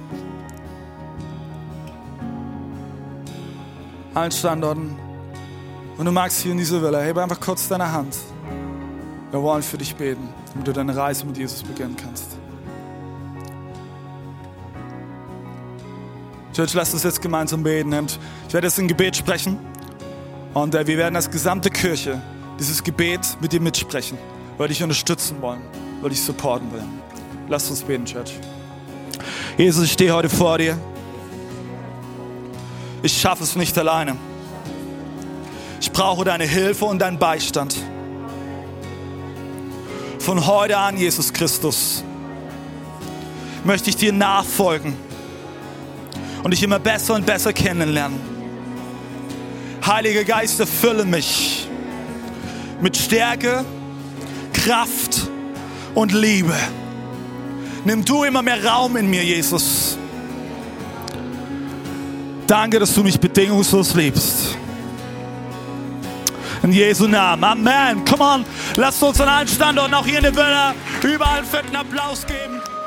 Allen Standorten. Und du magst hier in dieser Villa, heb einfach kurz deine Hand. Wir wollen für dich beten, damit du deine Reise mit Jesus beginnen kannst. Church, lasst uns jetzt gemeinsam beten. Und ich werde jetzt ein Gebet sprechen. Und wir werden als gesamte Kirche dieses Gebet mit dir mitsprechen, weil wir dich unterstützen wollen, weil wir dich supporten wollen. Lasst uns beten, Church. Jesus, ich stehe heute vor dir. Ich schaffe es nicht alleine. Ich brauche deine Hilfe und deinen Beistand. Von heute an, Jesus Christus, möchte ich dir nachfolgen und dich immer besser und besser kennenlernen. Heiliger Geist, erfülle mich mit Stärke, Kraft und Liebe. Nimm du immer mehr Raum in mir, Jesus. Danke, dass du mich bedingungslos liebst. In Jesu Namen. Amen. Come on. Lasst uns an allen Standorten, auch hier in der Villa, überall einen fetten Applaus geben.